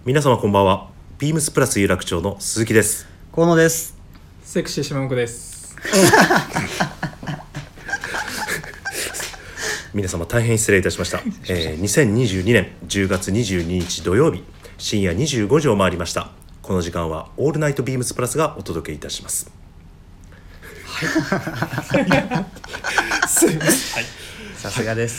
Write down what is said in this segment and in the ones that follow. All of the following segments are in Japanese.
皆様こんばんは。ビームスプラス有楽町の鈴木です。 河野です。 セクシー島本です。 皆様大変失礼いたしました。2022年10月22日土曜日深夜25時を回りました。この時間はオールナイトビームスプラスがお届けいたします。 はい。 さすがです。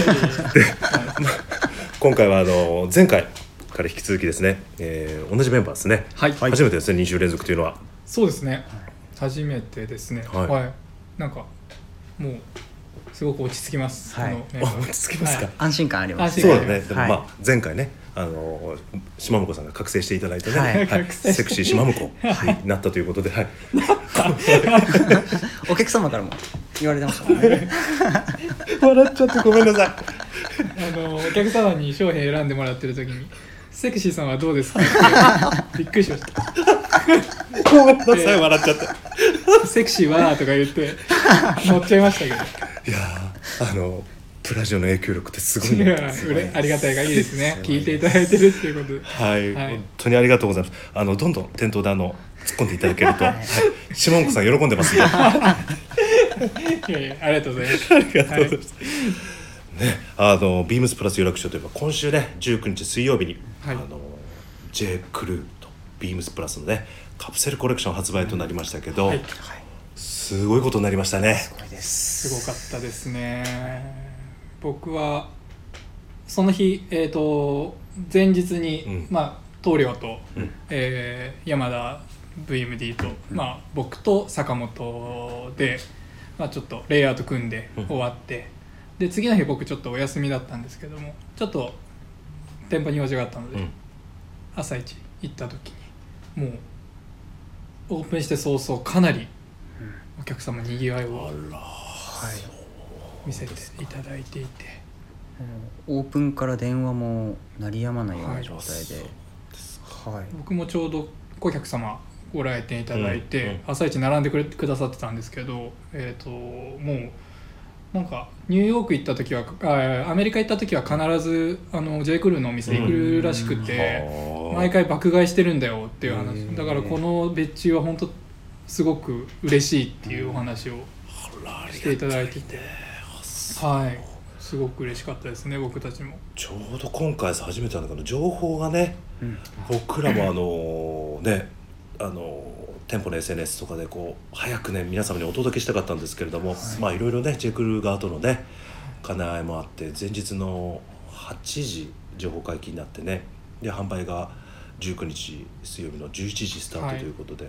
今回は前回から引き続きですね、同じメンバーですね。 はい。 初めてですね、2週連続というのは。 そうですね。初めてですね。はい。なんかもうすごく落ち着きます。 はい。 落ち着きますか。 安心感あります。 そうだね。でも前回ね、島婿さんが覚醒していただいてね、セクシー島婿になったということで、はい。 お客様からも言われてましたもんね。 笑っちゃってごめんなさい。 お客様に商品選んでもらってる時にセクシーさんはどうですかってびっくりしました。 ごめんなさい、笑っちゃって。 セクシーはとか言って乗っちゃいましたけど。 いやプラジオの影響力ってすごいね。 ありがたいがいいですね。聞いていただいてるっていうことで、 はい、本当にありがとうございます。どんどん店頭で突っ込んでいただけると、島本さん喜んでますよ。 ありがとうございます。 ありがとうございます。ね、ビームスプラス有楽町といえば今週ね19日水曜日に、J. クルーとビームスプラスのねカプセルコレクション発売となりましたけど、すごいことになりましたね。 すごいです。 すごかったですね。僕はその日、前日に、棟梁と、山田 VMD と、僕と坂本で、ちょっとレイアウト組んで終わって、で次の日僕ちょっとお休みだったんですけども、ちょっと店舗に用事があったので、朝一行った時にもうオープンして早々かなりお客様にぎわいを、見せていただいていて、 オープンから電話も鳴りやまないような状態で、 僕もちょうどお客様ご来店いただいて、朝一並んでくださってたんですけど、もうなんかニューヨーク行った時はアメリカ行った時は必ずJ. クルーのお店行くらしくて、毎回爆買いしてるんだよっていう話だから、この別注は本当すごく嬉しいっていうお話をしていただいてて、すごく嬉しかったですね。僕たちもちょうど今回初めてなんだけど情報がね、僕らも店舗の SNS とかで早くね皆様にお届けしたかったんですけれども、いろいろねJ. クルー側とのね兼ね合いもあって、前日の8時情報解禁になってね、で販売が19日水曜日の11時スタートということで、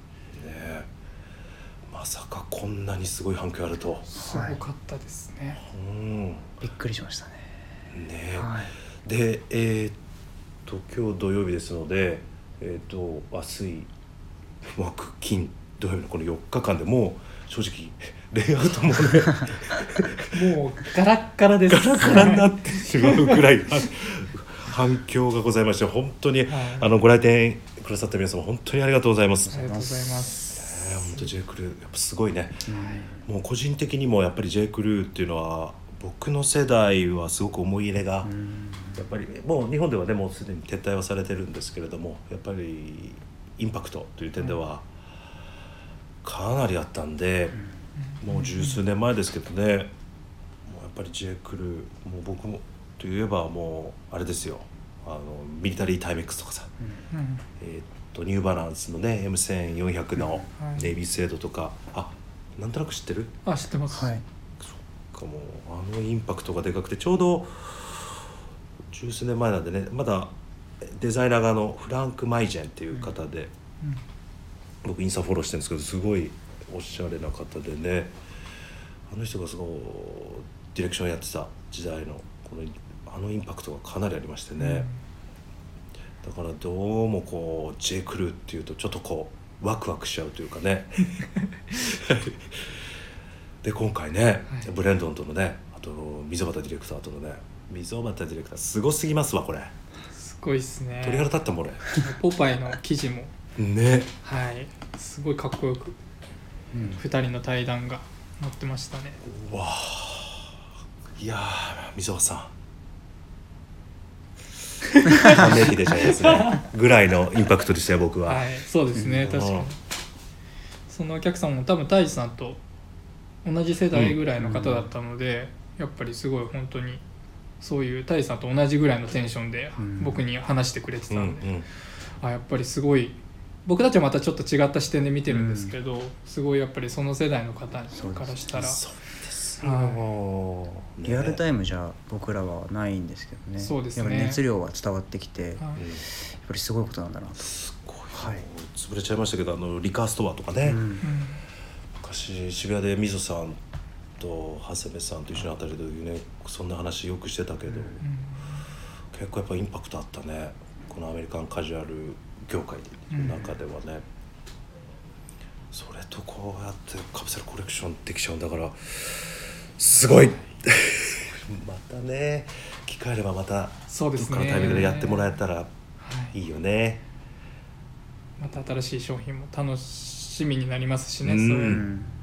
まさかこんなにすごい反響あると。 すごかったですね。 びっくりしましたね。 で今日土曜日ですので、明日木金土曜日のこの4日間でもう正直レイアウトもねもうガラッガラです。 ガラガラになってしまうぐらい反響がございまして、本当に、ご来店くださった皆様本当にありがとうございます。 ありがとうございます。 本当 J. クルーやっぱすごいね。もう個人的にもやっぱり J. クルーっていうのは僕の世代はすごく思い入れが、やっぱりもう日本ではねもうすでに撤退はされてるんですけれども、やっぱりインパクトという点ではかなりあったんで、もう十数年前ですけどね、もうやっぱり J. クルーもう僕もといえばもうあれですよ、ミリタリータイメックスとかさ、ニューバランスのね M1400 のネイビースエードとか、なんとなく知ってる？ 知ってます。 そっか、もうインパクトがでかくて、ちょうど十数年前なんでね、まだデザイナーがフランク・マイジェンっていう方で、僕インスタフォローしてるんですけど、すごいおしゃれな方でね、あの人がすごいディレクションやってた時代のインパクトがかなりありましてね、だからどうもJ. クルーっていうとちょっとワクワクしちゃうというかねで今回ね、ブレンドンとのね、あと溝端ディレクターとのね、溝端ディレクターすごすぎますわ。これすごいっすね。 鳥肌立ったもん俺。 ポパイの記事もね、 すごいかっこよく、2人の対談が載ってましたね。 わあ、いや溝端さんため息出ちゃいますねぐらいのインパクトでしたよ僕は、 はい、そうですね、確かにそのお客さんも多分太一さんと同じ世代ぐらいの方だったので、やっぱりすごい本当にそういう太一さんと同じぐらいのテンションで僕に話してくれてたんで、やっぱりすごい僕たちはまたちょっと違った視点で見てるんですけど、すごいやっぱりその世代の方からしたらそうですリアルタイムじゃ僕らはないんですけどね。 そうですね、 やっぱり熱量は伝わってきて、やっぱりすごいことなんだなと。 すごい、潰れちゃいましたけどリカーストアとかね、昔渋谷でみぞさんと長谷部さんと一緒に働いた時ね、そんな話よくしてたけど、結構やっぱインパクトあったね、このアメリカンカジュアル業界の中ではね、それとこうやってカプセルコレクションできちゃうんだからすごいまたね機会あればまたどっかのタイミングでやってもらえたらいいよね、 また新しい商品も楽しみになりますしね、それ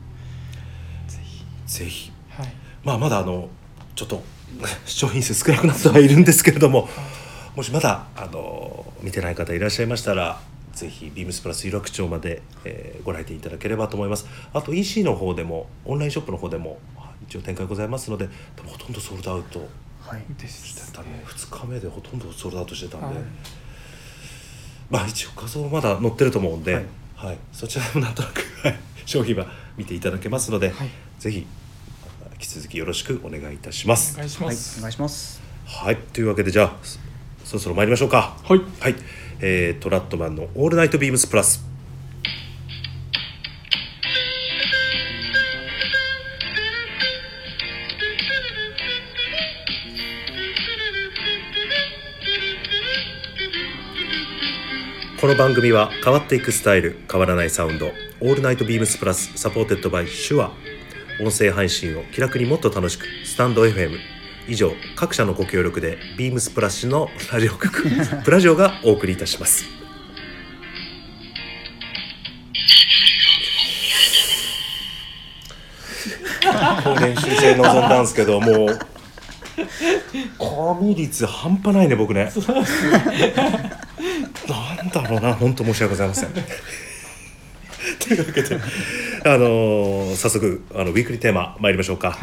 ぜひ、まだちょっと商品数少なくなってはいるんですけれども、もしまだ見てない方いらっしゃいましたらぜひビームスプラス有楽町まで、ご来店いただければと思います。あと EC の方でもオンラインショップの方でも一応展開ございますので、ほとんどソールドアウトしてたね、2日目でほとんどソールドアウトしてたんで、一応画像まだ載ってると思うんで、そちらもなんとなく商品は見ていただけますので、ぜひ引き続きよろしくお願いいたします。 お願いします。 お願いします。 はい、というわけでじゃあそろそろ参りましょうか。トラットマンのオールナイトビームスプラス。この番組は変わっていくスタイル、変わらないサウンド、オールナイトビームスプラスサポーテッドバイシュア。音声配信を気楽にもっと楽しく、スタンド FM。以上各社のご協力でビームスプラスのラジオ局プラジオがお送りいたします。練習生臨んだんですけど、もう紙率半端ないね僕ね。なんだろうな、本当申し訳ございません。というわけで早速ウィークリーテーマ参りましょうか。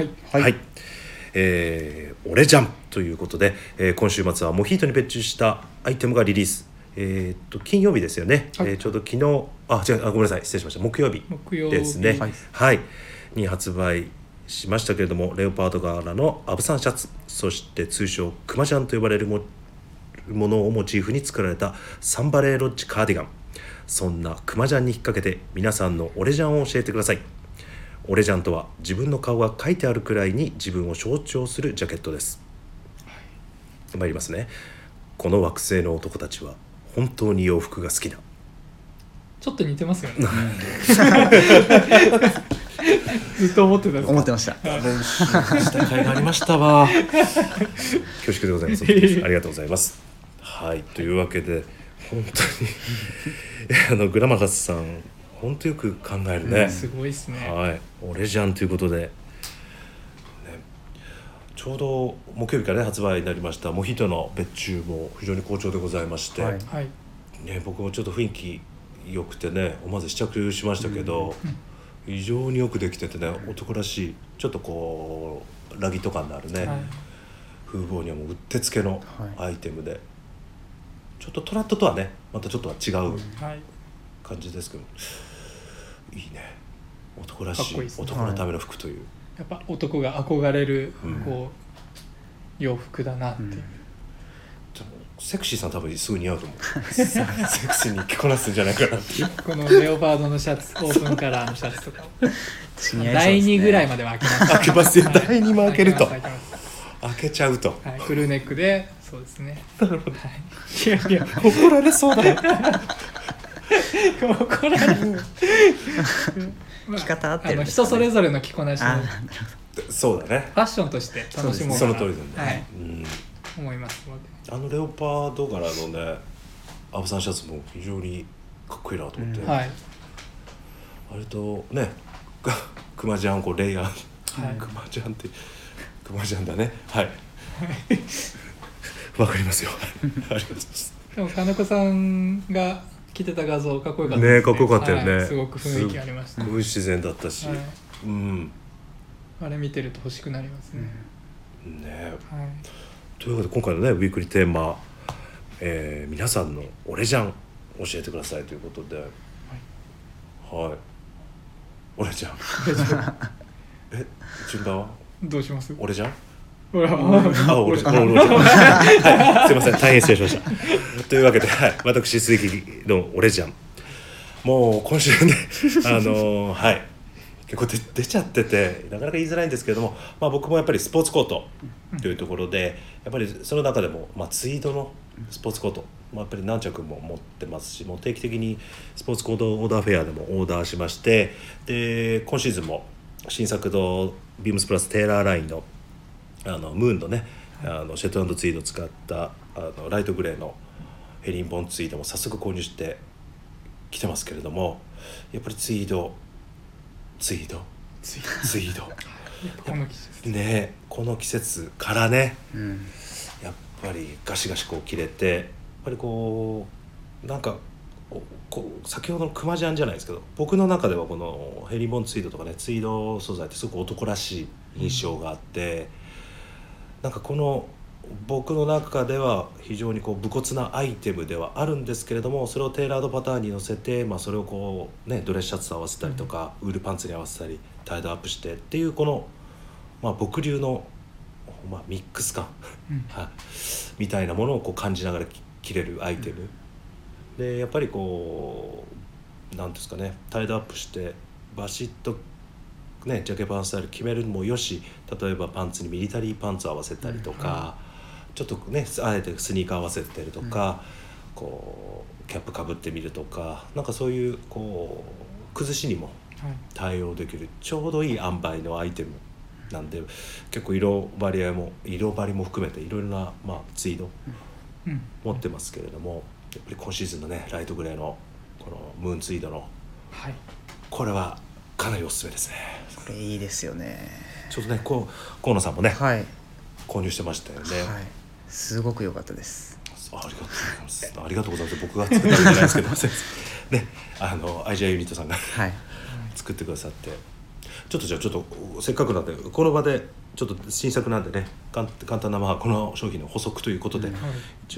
俺じゃんということで、今週末はモヒートに別注したアイテムがリリース、金曜日ですよね、ちょうど昨日ごめんなさい失礼しました、木曜日ですね、に発売しましたけれども、レオパード柄のアブサンシャツ、そして通称クマジャンと呼ばれるものをモチーフに作られたサンバレーロッジカーディガン。そんなクマジャンに引っ掛けて皆さんの俺じゃんを教えてください。俺じゃんとは自分の顔が書いてあるくらいに自分を象徴するジャケットです。参りますね。この惑星の男たちは本当に洋服が好きだ。 ちょっと似てますよね。ずっと思ってた。 思ってました。 練習した甲斐がありましたわ。恐縮でございます。ありがとうございます。はい、というわけで本当にグラマラスさん本当よく考えるね、 すごいですね。 俺じゃんということで、ちょうど木曜日から、発売になりましたモヒートの別注も非常に好調でございまして、僕もちょっと雰囲気良くてね思わず試着しましたけど、非常によくできててね、男らしいちょっとこうラギット感のあるね、風貌にはもううってつけのアイテムで、ちょっとトラットとはねまたちょっとは違う感じですけど、いいね、男らしい男のための服という、 やっぱ男が憧れるこう洋服だなっていう、 セクシーさん多分すぐ似合うと思う。セクシーに着こなすんじゃないかなっていう。 このレオパードのシャツ、オープンカラーのシャツとか第2ぐらいまでは開けます。 開けますよ、第2も開けると開けちゃうと、 フルネックで、そうですね。 なるほど。いや怒られそうだね。 怒られる。 着方合ってるんですかね。 人それぞれの着こなしの、 そうだね、 ファッションとして楽しもうかな、 その通りだね、 思いますので、 レオパード柄のねアブサンシャツも非常にかっこいいなと思って、あれとねクマジャンこうレイヤー、クマジャンってクマジャンだね、 わかりますよありがとうございますでも金子さんが着てた画像かっこよかったですね。 ね、かっこよかったよね、 はい、すごく雰囲気ありました。 すごい自然だったし、 はい、 うん、 あれ見てると欲しくなりますね。 ね、 はい、 というわけで今回のねウィークリーテーマ、皆さんの俺じゃん教えてくださいということで、はい、俺じゃん順番はどうします？ 俺じゃん俺じゃんはい、すいません大変失礼しましたというわけで、はい、私鈴木の俺じゃんもう今週ねはい結構出ちゃっててなかなか言いづらいんですけれども、まあ、僕もやっぱりスポーツコートというところでやっぱりその中でも、まあ、ツイードのスポーツコート、まあ、やっぱり何着も持ってますしもう定期的にスポーツコートオーダーフェアでもオーダーしましてで今シーズンも新作のビームスプラステーラーラインのムーンのねシェット&ツイードを使ったライトグレーのヘリンボーンツイードも早速購入してきてますけれどもやっぱりツイードこの季節ねこの季節からね、 うん、 やっぱりガシガシこう切れてやっぱりこうなんか先ほどのクマジャンじゃないですけど僕の中ではこのヘリンボーンツイードとかねツイード素材ってすごく男らしい印象があって、なんかこの僕の中では非常にこう武骨なアイテムではあるんですけれどもそれをテーラードパターンに乗せて、まあ、それをこう、ね、ドレスシャツと合わせたりとか、ウールパンツに合わせたりタイドアップしてっていうこの、まあ、僕流の、まあ、ミックス感みたいなものをこう感じながら着れるアイテム、でやっぱりこうなんですかねタイドアップしてバシッとね、ジャケパンスタイル決めるのもよし例えばパンツにミリタリーパンツを合わせたりとか、ちょっとねあえてスニーカー合わせてるとか、こうキャップかぶってみるとかなんかそういうこう崩しにも対応できるちょうどいい塩梅のアイテムなんで結構色張りも含めていろいろな、まあ、ツイード持ってますけれどもやっぱり今シーズンのねライトグレーのこのムーンツイードの、これはかなりおすすめですね。 これいいですよね。 ちょっとね河野さんもね、 はい、 購入してましたよね、 はい、すごく良かったです。 ありがとうございます。ありがとうございます。僕が作ったわけじゃないですけどね、IGI ユニットさんが、はい、作ってくださってちょっとせっかくなんでこの場でちょっと新作なんでね簡単な、まあ、この商品の補足ということで、一応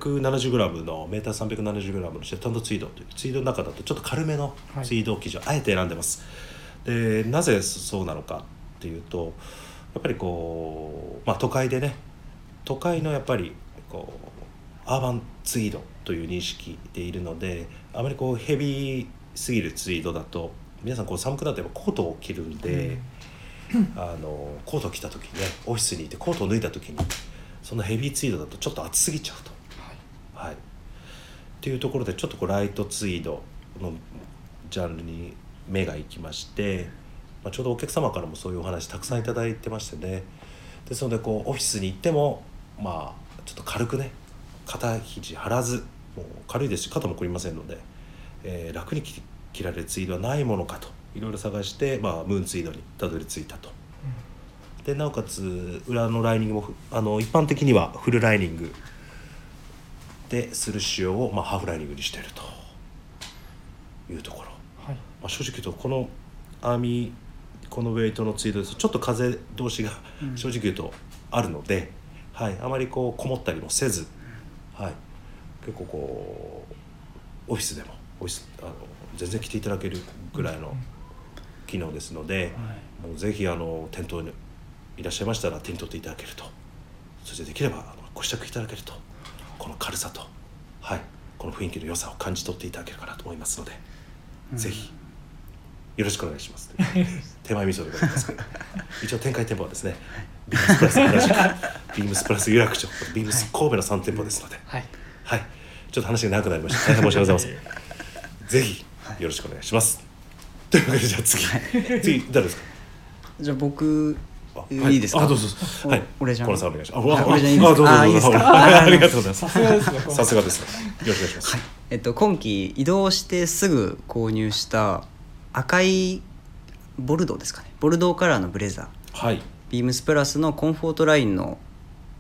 370g のメーター 370g のシェット&ツイードというツイードの中だとちょっと軽めのツイード生地をあえて選んでます。でなぜそうなのかっていうとやっぱりこう、まあ、都会のやっぱりこうアーバンツイードという認識でいるのであまりこうヘビーすぎるツイードだと皆さんこう寒くなってコートを着るんで、コートを着た時にねオフィスにいてコートを脱いだ時にそのヘビーツイードだとちょっと暑すぎちゃうと、はいっていうところでちょっとこうライトツイードのジャンルに目が行きまして、まあ、ちょうどお客様からもそういうお話たくさんいただいてましてねですのでこうオフィスに行ってもまあちょっと軽くね肩肘張らずもう軽いですし肩も凝りませんので、楽に着られるツイードはないものかといろいろ探して、まあ、ムーンツイードにたどり着いたと、でなおかつ裏のライニングも一般的にはフルライニングでする仕様を、まあ、ハーフライニングにしているというところ、まあ、正直言うとこのこのウェイトのツイードですとちょっと風通しが正直言うとあるので、はい、あまりこうこもったりもせず、はい、結構こうオフィスでも全然着ていただけるぐらいの機能ですので、もうぜひ店頭にいらっしゃいましたら手に取っていただけると、そしてできればご試着いただけるとこの軽さと、はい、この雰囲気の良さを感じ取っていただけるかなと思いますので、ぜひよろしくお願いします手前味噌でございますけど一応展開店舗はですねビームスプラス原宿ビームスプラス有楽町ビームス神戸の3店舗ですので、はい、ちょっと話が長くなりました。大変申し訳ございませんぜひよろしくお願いします、というわけでじゃあ次誰ですか。 じゃあ僕いいですか。 どうぞ。はい。 俺じゃん。 このさんお願いします。 俺じゃんいいですか。いいですか。 ありがとうございます。 さすがですね。 さすがです。よろしくお願いします。 はい。今期移動してすぐ購入した赤いボルドーですかね。ボルドーカラーのブレザー。 はい。 ビームスプラスのコンフォートラインの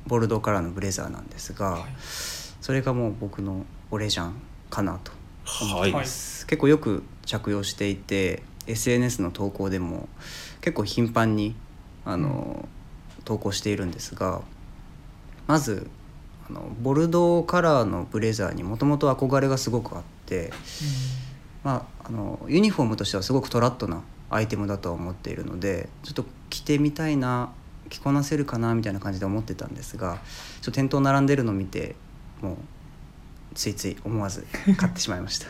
ボルドーカラーのブレザーなんですが、それがもう僕のオレジャンかなと思います、結構よく着用していて SNS の投稿でも結構頻繁に投稿しているんですが、まずボルドーカラーのブレザーにもともと憧れがすごくあって、ユニフォームとしてはすごくトラッドなアイテムだとは思っているので、ちょっと着てみたいな、着こなせるかなみたいな感じで思ってたんですが、ちょっと店頭並んでるのを見てもうついつい思わず買ってしまいました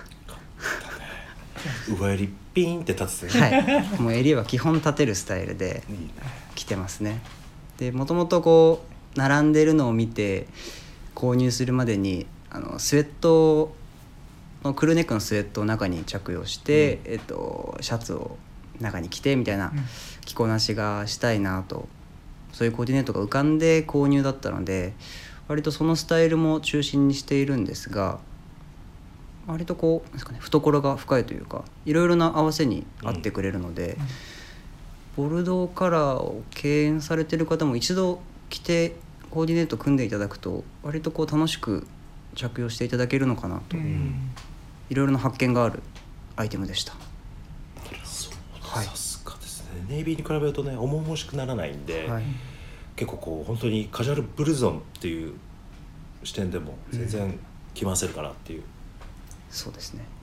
上襟ピーンって立つね。 はい、もう襟は基本立てるスタイルで着てますね。でもともとこう並んでるのを見て購入するまでにスウェットのクルーネックのスウェットを中に着用して、シャツを中に着てみたいな着こなしがしたいなと、そういうコーディネートが浮かんで購入だったので、割とそのスタイルも中心にしているんですが、割とこうですかね、懐が深いというかいろいろな合わせに合ってくれるので、ボルドーカラーを敬遠されている方も一度着てコーディネート組んでいただくと割とこう楽しく着用していただけるのかなと、いろいろな発見があるアイテムでした。 さすがですね。ネイビーに比べるとね重々しくならないんで、結構こう本当にカジュアルブルゾンっていう視点でも全然着回せるかなっていう、 そうですね、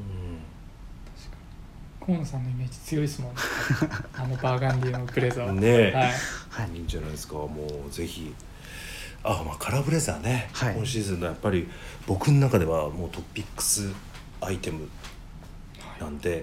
河野さんのイメージ強いですもんねバーガンディのブレザーね、いいんじゃないですか。もうぜひカラーブレザーね、今シーズンのやっぱり僕の中ではもうトピックスアイテムなんで、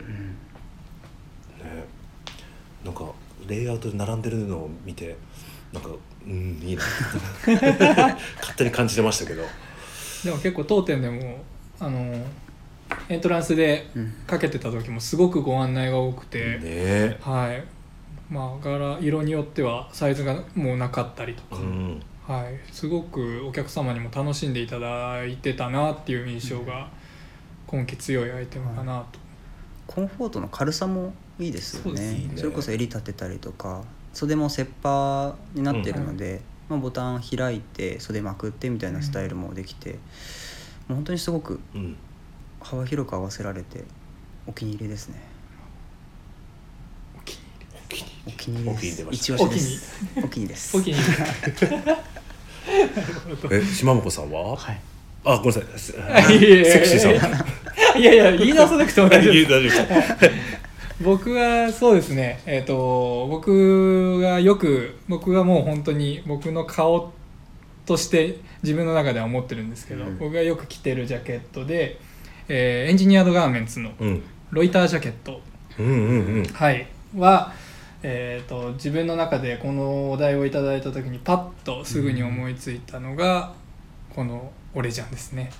なんかレイアウトで並んでるのを見てなんかいいな勝手に感じてましたけど、 でも結構当店でもエントランスでかけてた時もすごくご案内が多くて、柄色によってはサイズがもうなかったりとか、すごくお客様にも楽しんでいただいてたなっていう印象が今季強いアイテムかなと。 コンフォートの軽さもいいですよね。それこそ襟立てたりとか袖も折羽になってるので、ボタン開いて袖まくってみたいなスタイルもできて、もう本当にすごく幅広く合わせられてお気に入りですね。お気に入りです。一押しです。お気に入りです。 お気に入り島本さんは？ごめんなさい。セクシーさん。 いや言い直さなくても大丈夫です。僕はそうですね。僕がもう本当に僕の顔として自分の中では思ってるんですけど、僕がよく着てるジャケットで、エンジニアードガーメンツのロイタージャケット、は、自分の中でこのお題をいただいた時にパッとすぐに思いついたのが、このオレジャンですね。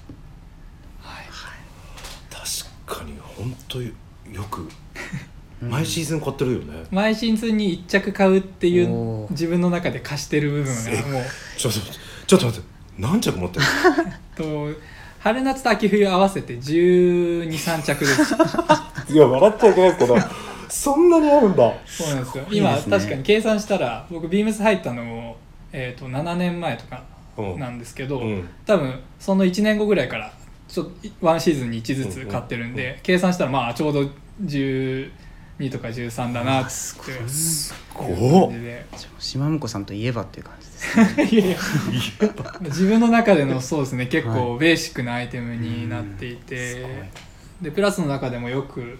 確かに本当よく毎シーズン買ってるよね。 毎シーズンに1着買うっていう自分の中で貸してる部分がもうちょっと待って、何着持ってる春夏と秋冬合わせて12、13着ですいや笑っちゃいけないですけどそんなにあるんだ。 そうなんですよ。今確かに計算したら僕ビームス入ったのも、7年前とかなんですけど、多分その1年後ぐらいからワンシーズンに1ずつ買ってるんで、計算したらちょうど12とか13だなってすごい感じで、 島婿さんといえばっていう感じですね自分の中でのそうですね、結構ベーシックなアイテムになっていて、でプラスの中でもよく、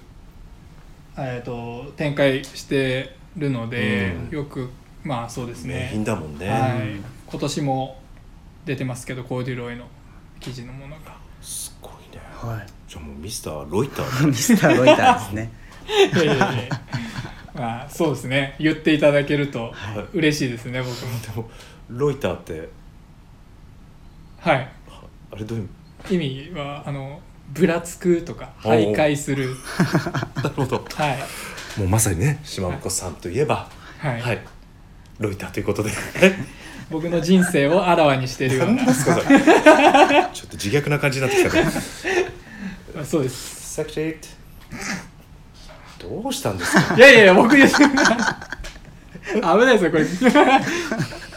展開してるので、よくそうですね、 名品だもんね。 今年も出てますけど、コーデュロイの生地のものがすごいね。じゃあもうミスターロイターミスターロイターですねそうですね、言っていただけると嬉しいですね、僕も。 でもロイターってあれどういう意味はぶらつくとか徘徊するなるほど、もうまさにね、島本さんといえばロイターということで僕の人生をあらわにしてるような何ですかそれちょっと自虐な感じになってきたねそうです。 セクシーってどうしたんですか。 いや僕です危ないですよこれ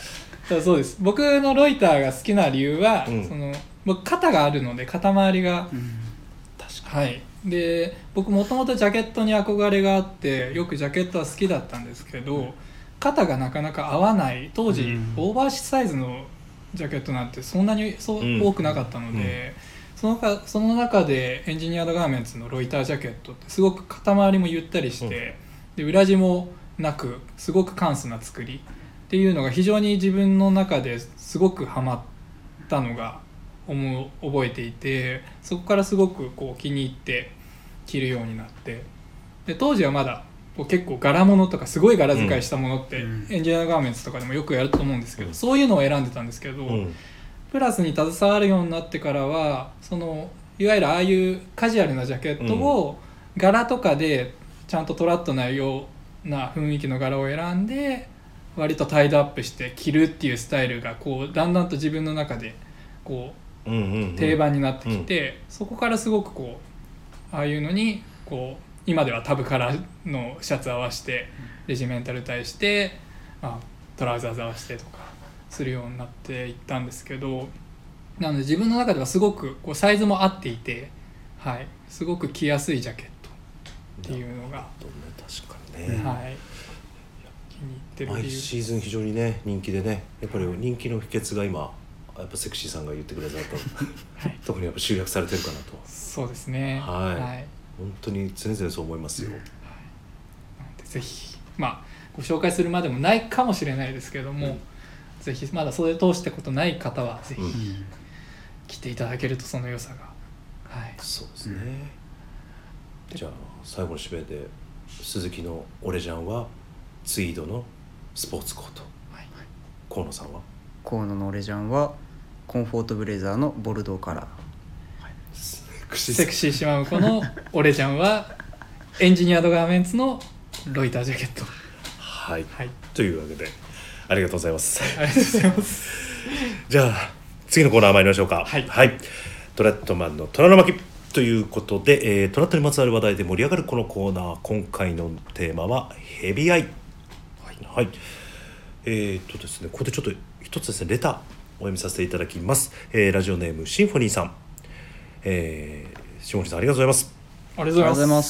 そうです。僕のロイターが好きな理由は、 うんその僕肩があるので肩周りが、 確かはいで僕もともとジャケットに憧れがあってよくジャケットは好きだったんですけど、肩がなかなか合わない当時、オーバーサイズのジャケットなんてそんなに多くなかったので、その中でエンジニアードガーメンツのロイタージャケットってすごく肩周りもゆったりして、で裏地もなくすごく簡素な作りっていうのが非常に自分の中ですごくハマったのが覚えていて、そこからすごくこう気に入って着るようになって、で当時はまだこう結構柄物とかすごい柄使いしたものって、エンジニアガーメンツとかでもよくやると思うんですけど、そういうのを選んでたんですけど、プラスに携わるようになってからはそのいわゆるああいうカジュアルなジャケットを柄とかでちゃんとトラッとないような雰囲気の柄を選んで割とタイドアップして着るっていうスタイルがこうだんだんと自分の中でこう定番になってきて、そこからすごくこうああいうのにこう今ではタブカラーのシャツ合わせてレジメンタルタイして、トラウザーズ合わせてとかするようになっていったんですけど、なので自分の中ではすごくこうサイズも合っていて、はい、すごく着やすいジャケットっていうのが、 確かにね、 はい、気に入ってる理由。 毎シーズン非常にね人気でね、やっぱり人気の秘訣が今やっぱセクシーさんが言ってくれたと、はい、特にやっぱ集約されてるかなと。 そうですね、 はい、 はい、 本当に常々そう思いますよ、はい、 ぜひご紹介するまでもないかもしれないですけども、ぜひまだそれ通したことない方はぜひ来ていただけるとその良さが、はい、 そうですね、じゃあ最後の締めで鈴木のオレジャンはツイードのスポーツコート、はい、河野さんは河野のオレジャンはコンフォートブレザーのボルドーカラー、 セクシーシマムコのオレジャンはエンジニアードガーメンツのロイタージャケット、 はい、 はい、 というわけでありがとうございます。 ありがとうございます。 じゃあ次のコーナー参りましょうか。 はい、 はい、トラットマンの虎の巻ということで、トラットにまつわる話題で盛り上がるこのコーナー、今回のテーマはヘビアイ、はい、ですね、ここでちょっと一つですねレターお読みさせていただきます。ラジオネームシンフォニーさん、シンフォニーさんありがとうございます。 ありがとうございます。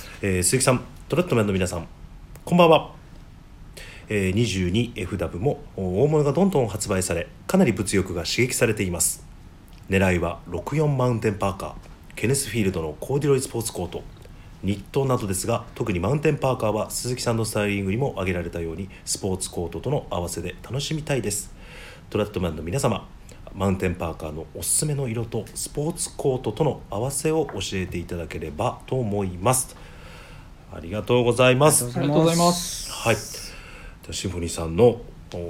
鈴木さん、トラットマンの皆さん、こんばんは。22FW も大物がどんどん発売され、かなり物欲が刺激されています。狙いは64マウンテンパーカー、ケネスフィールドのコーディロイスポーツコート、ニットなどですが、特にマウンテンパーカーは鈴木さんのスタイリングにも挙げられたようにスポーツコートとの合わせで楽しみたいです。トラットマンの皆様、マウンテンパーカーのおすすめの色とスポーツコートとの合わせを教えていただければと思います。ありがとうございます。 ありがとうございます。 はい、シンフォニーさんの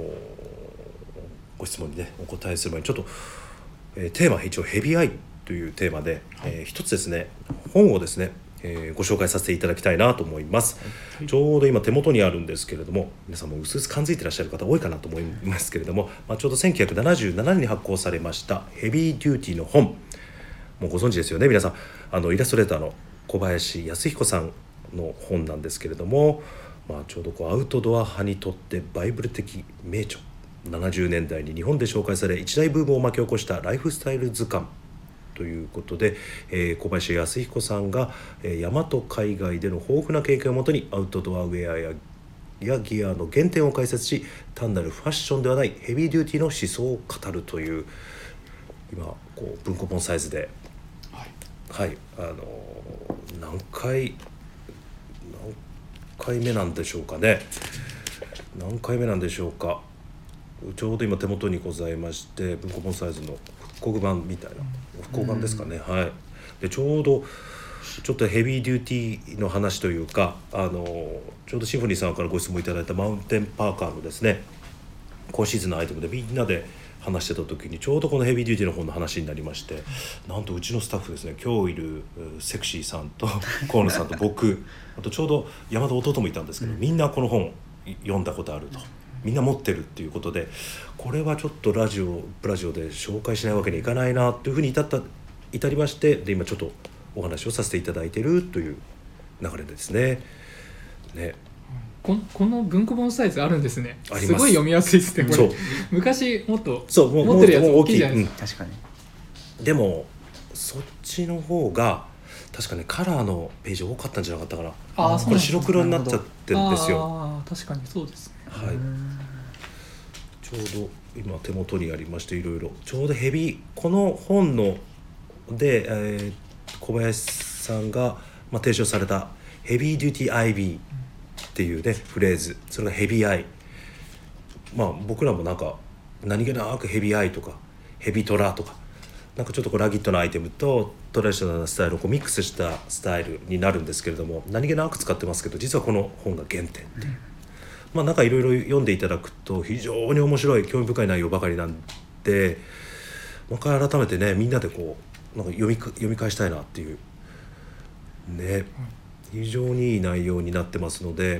ご質問にねお答えする前にちょっと、テーマは一応ヘビアイというテーマで、一つですね本をですね、ご紹介させていただきたいなと思います、はい、ちょうど今手元にあるんですけれども、皆さんも薄々感づいていらっしゃる方多いかなと思いますけれども、ちょうど1977年に発行されましたヘビーデューティーの本、もうご存知ですよね皆さん、イラストレーターの小林康彦さんの本なんですけれども、ちょうどアウトドア派にとってバイブル的名著、70年代に日本で紹介され一大ブームを巻き起こしたライフスタイル図鑑ということで、小林康彦さんが、大和海外での豊富な経験をもとにアウトドアウェアやギアの原点を解説し、単なるファッションではないヘビーデューティーの思想を語るという、今文庫本サイズで、はい、何回目なんでしょうかね、何回目なんでしょうか。ちょうど今手元にございまして、文庫本サイズの復刻版みたいな、復刻版ですかね、はい。でちょうどちょっとヘビーデューティーの話というか、ちょうどシンフォニーさんからご質問いただいたマウンテンパーカーのですね今シーズンのアイテムでみんなで話してた時にちょうどこのヘビーデューティーの本の話になりまして、なんとうちのスタッフですね、今日いるセクシーさんと河野さんと僕あとちょうど山田弟もいたんですけど、みんなこの本読んだことあると、みんな持ってるっていうことで、これはちょっとブラジオで紹介しないわけにいかないなというふうに至りまして、で今ちょっとお話をさせていただいているという流れですね。 この文庫本サイズあるんですね。 あります。 すごい読みやすいですねこれ。 そう昔もっとそう持ってるやつ大きいじゃないですか。 確かに。 でもそっちの方が確かねカラーのページ多かったんじゃなかったかな。 ああ、そうなんですね。 これ白黒になっちゃってるんですよ。 ああ、確かにそうですね。 はい。ちょうど今手元にありましていろいろちょうどこの本ので、小林さんが、提唱されたヘビーデューティー IB っていうねフレーズ、それがヘビーアイ、僕らもなんか何気なくヘビーアイとかヘビトラとかなんかちょっとこうラギットなアイテムとトラディショナルなスタイルをこうミックスしたスタイルになるんですけれども、何気なく使ってますけど実はこの本が原点っていう、なんかいろいろ読んでいただくと非常に面白い興味深い内容ばかりなんで、もう一回改めてねみんなでこうなんか読み返したいなっていうね、非常にいい内容になってますので、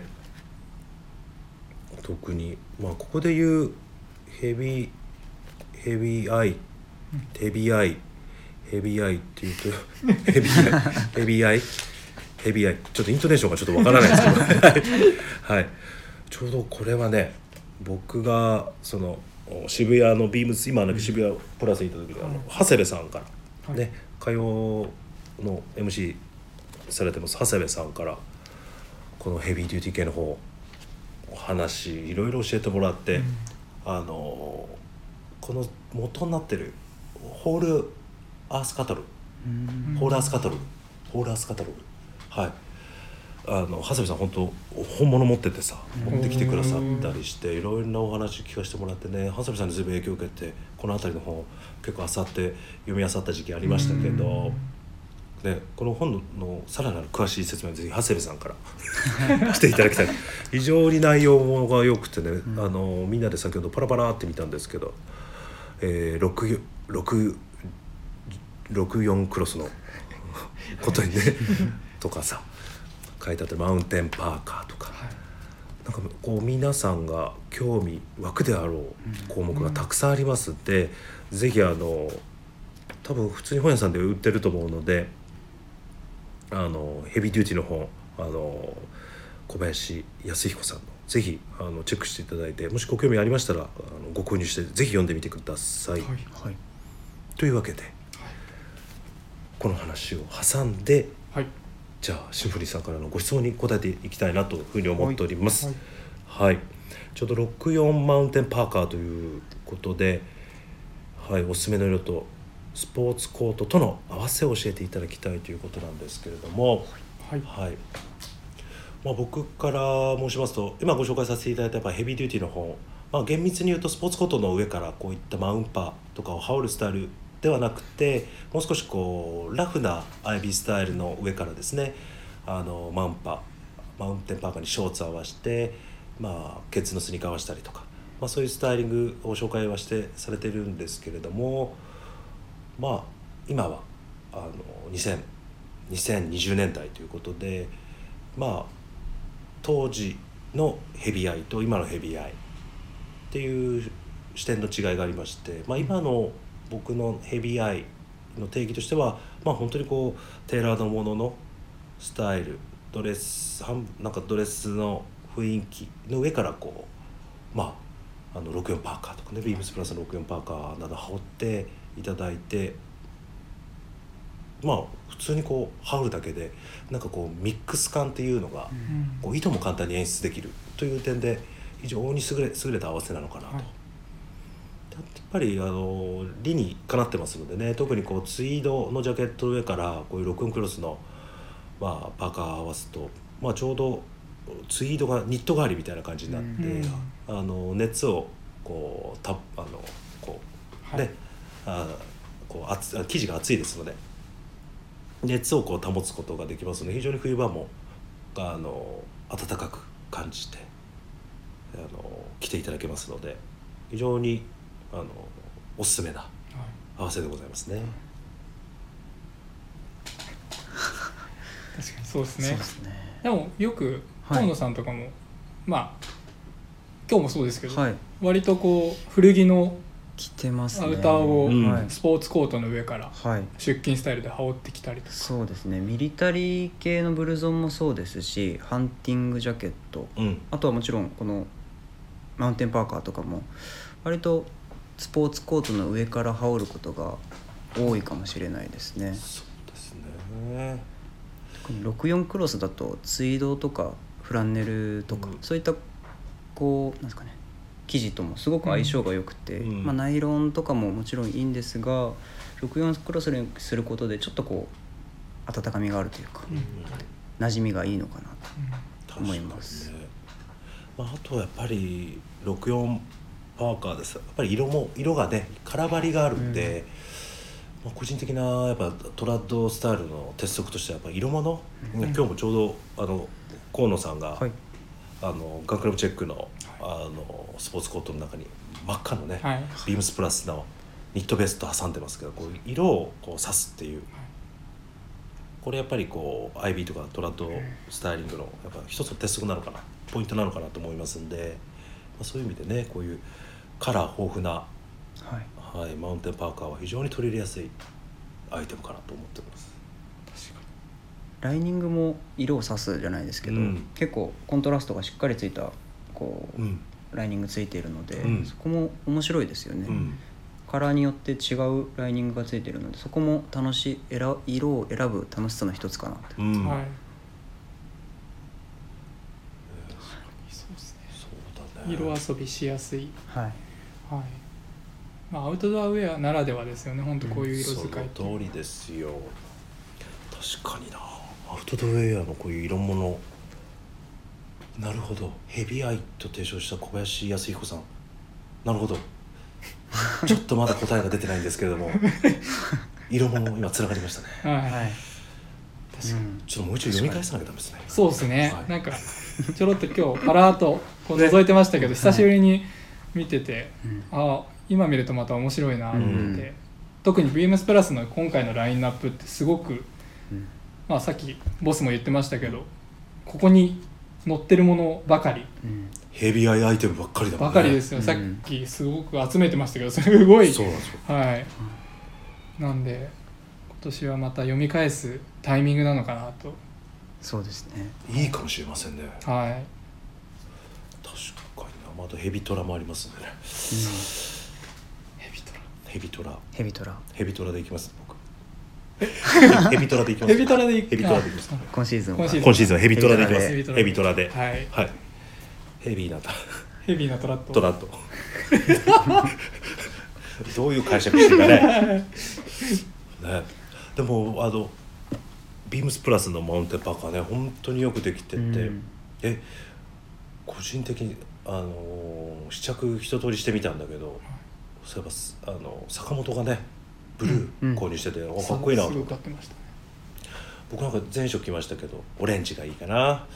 特にここで言うヘビーアイっていうとヘビーアイちょっとイントネーションがちょっとわからないですけどはい、ちょうどこれはね僕がその渋谷のビームス今の渋谷プラスに行った時に長谷部さんからね、火曜の MC されてます長谷部さんからこのヘビーデューティー系の方お話いろいろ教えてもらって、この元になってるホールアースカタログ、ホールアースカタログ、はい、長谷部さん本当本物持っててさ持ってきてくださったりしていろいろなお話聞かせてもらってね、長谷部さんに随分影響を受けてこの辺りの本結構漁って読み漁った時期ありましたけど、ね、この本のさらなる詳しい説明はぜひ長谷部さんからしていただきたい。非常に内容が良くてね、みんなで先ほどパラパラって見たんですけど、64クロスのことにねとかさ書いてあってマウンテンパーカーとか、なんかこう皆さんが興味湧くであろう項目がたくさんありますんで、ぜひ多分普通に本屋さんで売ってると思うのでヘビーデューティーの本小林康彦さんのぜひチェックしていただいて、もしご興味ありましたらご購入してぜひ読んでみてください、というわけで、この話を挟んで、じゃあシンフォニーさんからのご質問に答えていきたいなというふうに思っております。ちょうど64マウンテンパーカーということで、おすすめの色とスポーツコートとの合わせを教えていただきたいということなんですけれども、僕から申しますと今ご紹介させていただいたやっぱヘビーデューティーの本、厳密に言うとスポーツコートの上からこういったマウンパーとかを羽織るスタイルではなくて、もう少しこうラフな IB スタイルの上からですねマウンテンパーカーにショーツを合わせて、ケツのスニーカーを合わせたりとか、そういうスタイリングを紹介はされているんですけれども、今は2020年代ということで、当時のヘビーアイと今のヘビーアイっていう視点の違いがありまして、今の僕のヘビーアイの定義としては、本当にこうテーラードもののスタイル、ドレスの雰囲気の上からこう64パーカーとかね、ビームスプラスの64パーカーなど羽織っていただいて、普通にこう羽織るだけでなんかこうミックス感っていうのがこういとも簡単に演出できるという点で非常に優れた合わせなのかなと、やっぱり理にかなってますのでね、特にこうツイードのジャケットの上からこういう64クロスのパーカー合わすと、ちょうどツイードがニット代わりみたいな感じになって、熱をこう生地が熱いですので熱をこう保つことができますので、非常に冬場も暖かく感じて着ていただけますので、非常におすすめな合わせでございますね。 確かにそうですね。でもよく河野さんとかも、今日もそうですけど、割とこう古着の着てますね。 アウターをうんスポーツコートの上からはい、 出勤スタイルで羽織ってきたりとか、 そうですね。ミリタリー系のブルゾンもそうですし、ハンティングジャケット、 うんあとはもちろんこのマウンテンパーカーとかも割とスポーツコートの上から羽織ることが多いかもしれないですね。 そうですね。 64クロスだとツイードとかフランネルとか、 うんそういったこうなんですかね、生地ともすごく相性が良くて、 うんまあ、ナイロンとかももちろんいいんですが、64クロスにすることでちょっとこう温かみがあるというか、馴染みがいいのかなと思います。 確かにね。まあ、あとはやっぱり64パーカーです。やっぱり色がねカラバリがあるんで、まあ、個人的なやっぱトラッドスタイルの鉄則としてはやっぱ色物、今日もちょうど河野さんが、 はい、 ガンクラブチェックの、スポーツコートの中に真っ赤のね、 はいビームスプラスのニットベスト挟んでますけど、こういう色をこう刺すっていう、これやっぱりこう IB とかトラッドスタイリングのやっぱ一つの鉄則なのかな、ポイントなのかなと思いますんで、まあ、そういう意味でねこういうカラー豊富な、 はい、 はい、マウンテンパーカーは非常に取り入れやすいアイテムかなと思ってます。 ライニングも色を刺すじゃないですけど、 うん結構コントラストがしっかりついたこう、 うんライニングついているので、 うんそこも面白いですよね、 うんカラーによって違うライニングがついているので、そこも色を選ぶ楽しさの一つかなと、 うんはい、そうですね。 そうだね。 色遊びしやすい、 はい、 はい、まあ、アウトドアウェアならではですよね、本当こういう色そ使いっての通りですよ。確かにな、アウトドアウェアのこういう色物、なるほど、ヘビアイと提唱した小林康彦さん、なるほどちょっとまだ答えが出てないんですけれども色物今つながりましたね。 はい、 はい、 確かに、ちょっともう一度読み返さなきゃダメですね。 そうですね、 はいなんかちょろっと今日パラーっとこう覗いてましたけど、久しぶりに見てて、あ今見るとまた面白いなと思って、 うん特に BMS プラスの今回のラインナップってすごく、まあ、さっきボスも言ってましたけど、ここに載ってるものばかりヘビアイアイテムばっかりだもんね。 ばかりですよ、さっきすごく集めてましたけど、すごい、 そうなんですよ。 はい、なんで今年はまた読み返すタイミングなのかなと。 そうですね、 いいかもしれませんね。 はい確かにな、またヘビトラもありますんでね。 ヘビトラヘビトラヘビトラヘビトラでいきます僕ヘビトラでいきます。 ヘビトラでいヘビトラでいきます。 今シーズンは今シーズン今シーズンはヘビトラでいきます。 ヘビトラでヘビトラで、 はいはい、ヘビーなヘビーなトラットトラットどういう解釈してるかねね。でもビームスプラスのマウンテンパーカーね、本当によくできてて、個人的に試着一通りしてみたんだけど、そういえば坂本がねブルー購入してて、かっこいいなとすご思って。 く買ってましたね。 僕なんか前色着ましたけどオレンジがいいかな。はい、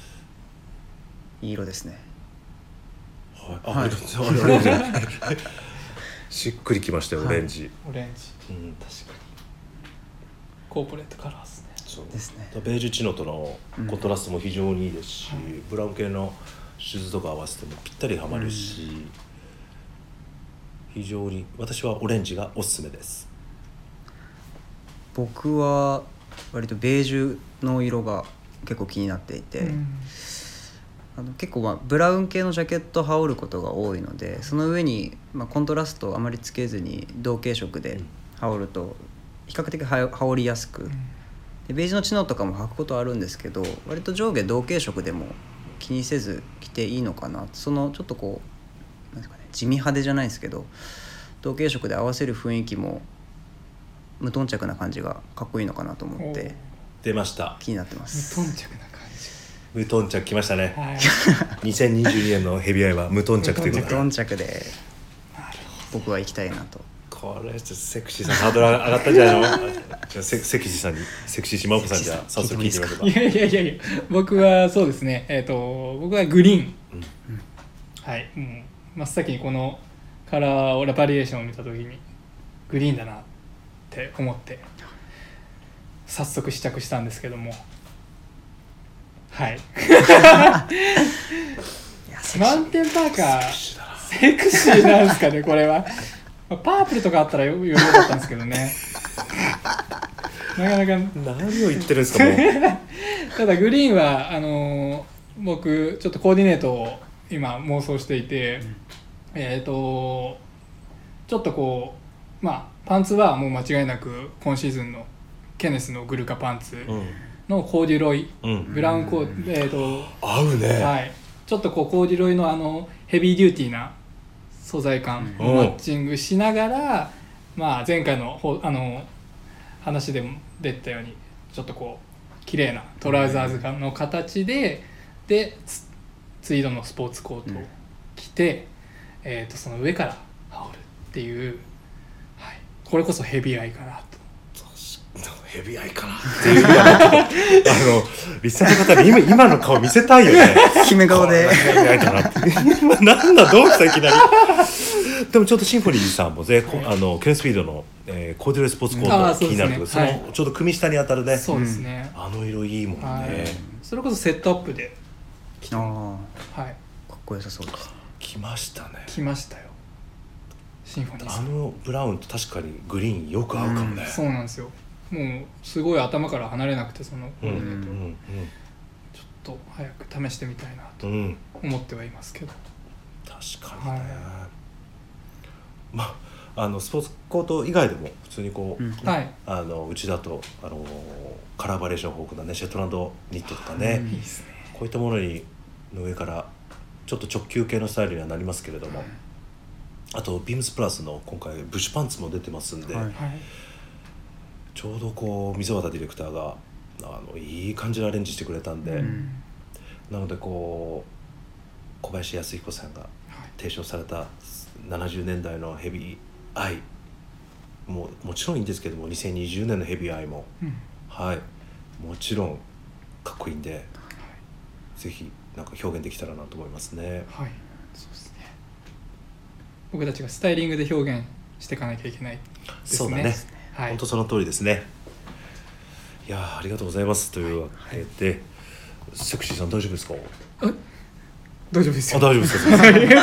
いい色ですね。 あれオレンジしっくりきましたよ、オレンジ、 オレンジ、 うん、 確かにコーポレートカラーですね。 そうですね。 ベージュチノとのコントラストも非常にいいですし、ブラウン系のシューズとか合わせてもぴったりはまるし、非常に私はオレンジがおすすめです。 僕は割とベージュの色が結構気になっていて、結構ブラウン系のジャケットを羽織ることが多いので、その上にコントラストをあまりつけずに同系色で羽織ると比較的羽織りやすく、でベージュのチノとかも履くことはあるんですけど、割と上下同系色でも気にせず着ていいのかな。そのちょっとこうなんですかね、地味派手じゃないですけど同系色で合わせる雰囲気も無頓着な感じがかっこいいのかなと思って出ました気になってま無す。 頓着な感無頓着きましたね、 じ。はい。 2022年のヘビアイは無頓着ということで、 無頓着で僕は行きたいなと。 これちょっとセクシーさんハードル上がったんじゃないのじゃあセクシーさんにセクシー島岡さんじゃあ早速聞いてみましょうか。 いや僕はそうですね、僕はグリーン、はい、真っ先にこのカラーバリエーションを見た時にグリーンだなって思って早速試着したんですけども、はい。マウンテンパーカーセクシーなんですかね、これは。 パープルとかあったらより良かったんですけどねなかなか何を言ってるんですかもうただグリーンは僕ちょっとコーディネートを今妄想していて、ちょっとこうパンツはもう間違いなく今シーズンのケネスのグルカパンツのコーデュロイ、ブラウンコード、 合うね、 はい、ちょっとこうコーデュロイのヘビーデューティーな素材感をマッチングしながら、前回の話でも出たようにちょっとこう綺麗なトラウザーズの形でツイードのスポーツコートを着て、その上から羽織るっていう、はい、これこそヘビーアイかなと。 ヘビーアイかなっていうリスナーの方に今の顔見せたいよね決め顔でヘビーアイかなってなんだどうしたいきなりでもちょっとシンフォニーさんもね、ケンスピードの、コーデュロイスポーツコート気になるけど、そのちょうど組下に当たるね、 そうですね、 色いいもんね、 それこそセットアップでああ、 はい、 かっこよさそうです。 来ましたね。 来ましたよシンフォニーさん。 ブラウンと確かにグリーンよく合うかもね、 そうなんですよ。もうすごい頭から離れなくてそのコーディネート、ちょっと早く試してみたいなと思ってはいますけど、 確かにね、スポーツコート以外でも普通にこう、うちだとカラーバリエーション豊富なねシェットランドニットとかね、 いいですね、 こういったものの上からちょっと直球系のスタイルにはなりますけれども、あとビームスプラスの今回ブッシュパンツも出てますんで、ちょうどこう溝端ディレクターがいい感じのアレンジしてくれたんで、なのでこう小林康彦さんが提唱された70年代のヘビーアイもちろんいいんですけども、2020年のヘビーアイも、もちろんかっこいいんで、ぜひなんか表現できたらなと思いますね。 はい、そうですね。僕たちがスタイリングで表現していかなきゃいけないですね。 そうだね。本当その通りですね。いやありがとうございますというわけで、セクシーさん大丈夫ですか？ 大丈夫ですよ。 大丈夫ですか？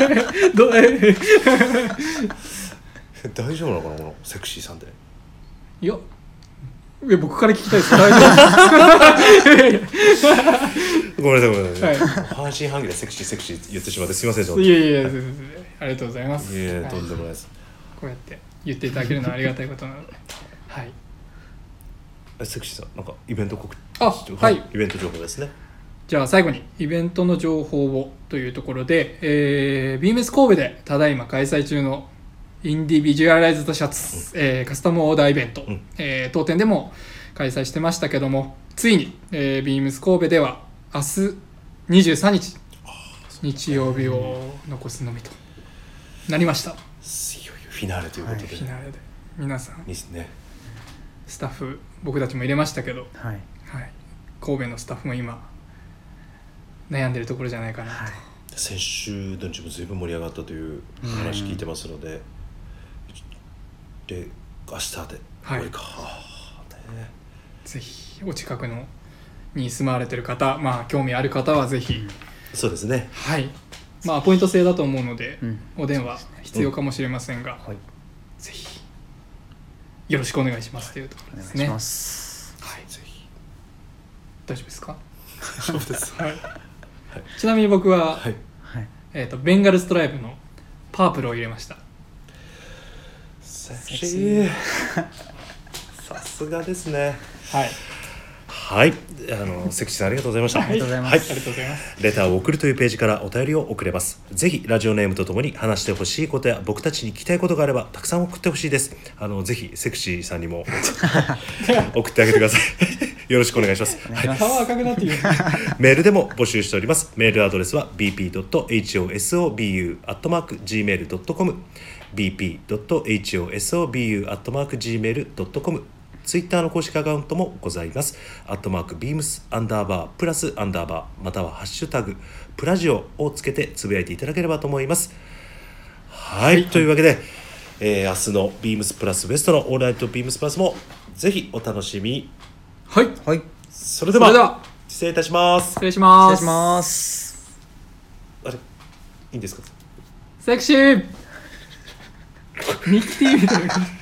大丈夫なのかなこのセクシーさんで。 いや僕から聞きたいです。大丈夫ごめんなさい。半信半疑でセクシー言ってしまってすみません。 いやありがとうございます。 いやとんでもないです。 こうやって言っていただけるのはありがたいことなので。はい。 セクシーさんなんかイベント告知、 はい、 イベント情報ですね。 じゃあ最後にイベントの情報をというところで、ビームス神戸でただいま開催中のインディビジュアライズドシャツ、カスタムオーダーイベント、当店でも開催してましたけども、ついに、ビームス神戸では明日23日日曜日を残すのみとなりました。 いよいよフィナーレということで、 フィナーレで皆さんいいですね。 スタッフ僕たちも入れましたけど、神戸のスタッフも今悩んでるところじゃないかなと、 先週土日も随分盛り上がったという話聞いてますので、で明日で終わりか、ぜひお近くのに住まわれてる方、興味ある方はぜひ、 そうですね、 ポイント制だと思うので、お電話必要かもしれませんが、ぜひよろしくお願いしますというところですね。お願いします。ぜひ。大丈夫ですか？ そうです。 ちなみに僕は、ベンガルストライブのパープルを入れました。 セクシー。さすがですね。はい、セクシーさんありがとうございました。 ありがとうございます。 ありがとうございます。 レターを送るというページからお便りを送れます。ぜひラジオネームとともに話してほしいことや僕たちに聞きたいことがあればたくさん送ってほしいです。ぜひセクシーさんにも送ってあげてください。よろしくお願いします。 顔赤くなっている。 メールでも募集しております。メールアドレスは bp.hosobu@gmail.com bp.hosobu@gmail.com。ツイッターの公式アカウントもございます。@beams_+_ またはハッシュタグプラジオをつけてつぶやいていただければと思います。というわけで、明日のビームスプラスウエストのオールナイトビームスプラスもぜひお楽しみに。それでは失礼いたします。 失礼します。 あれいいんですか？ セクシーミキティみたいな感じ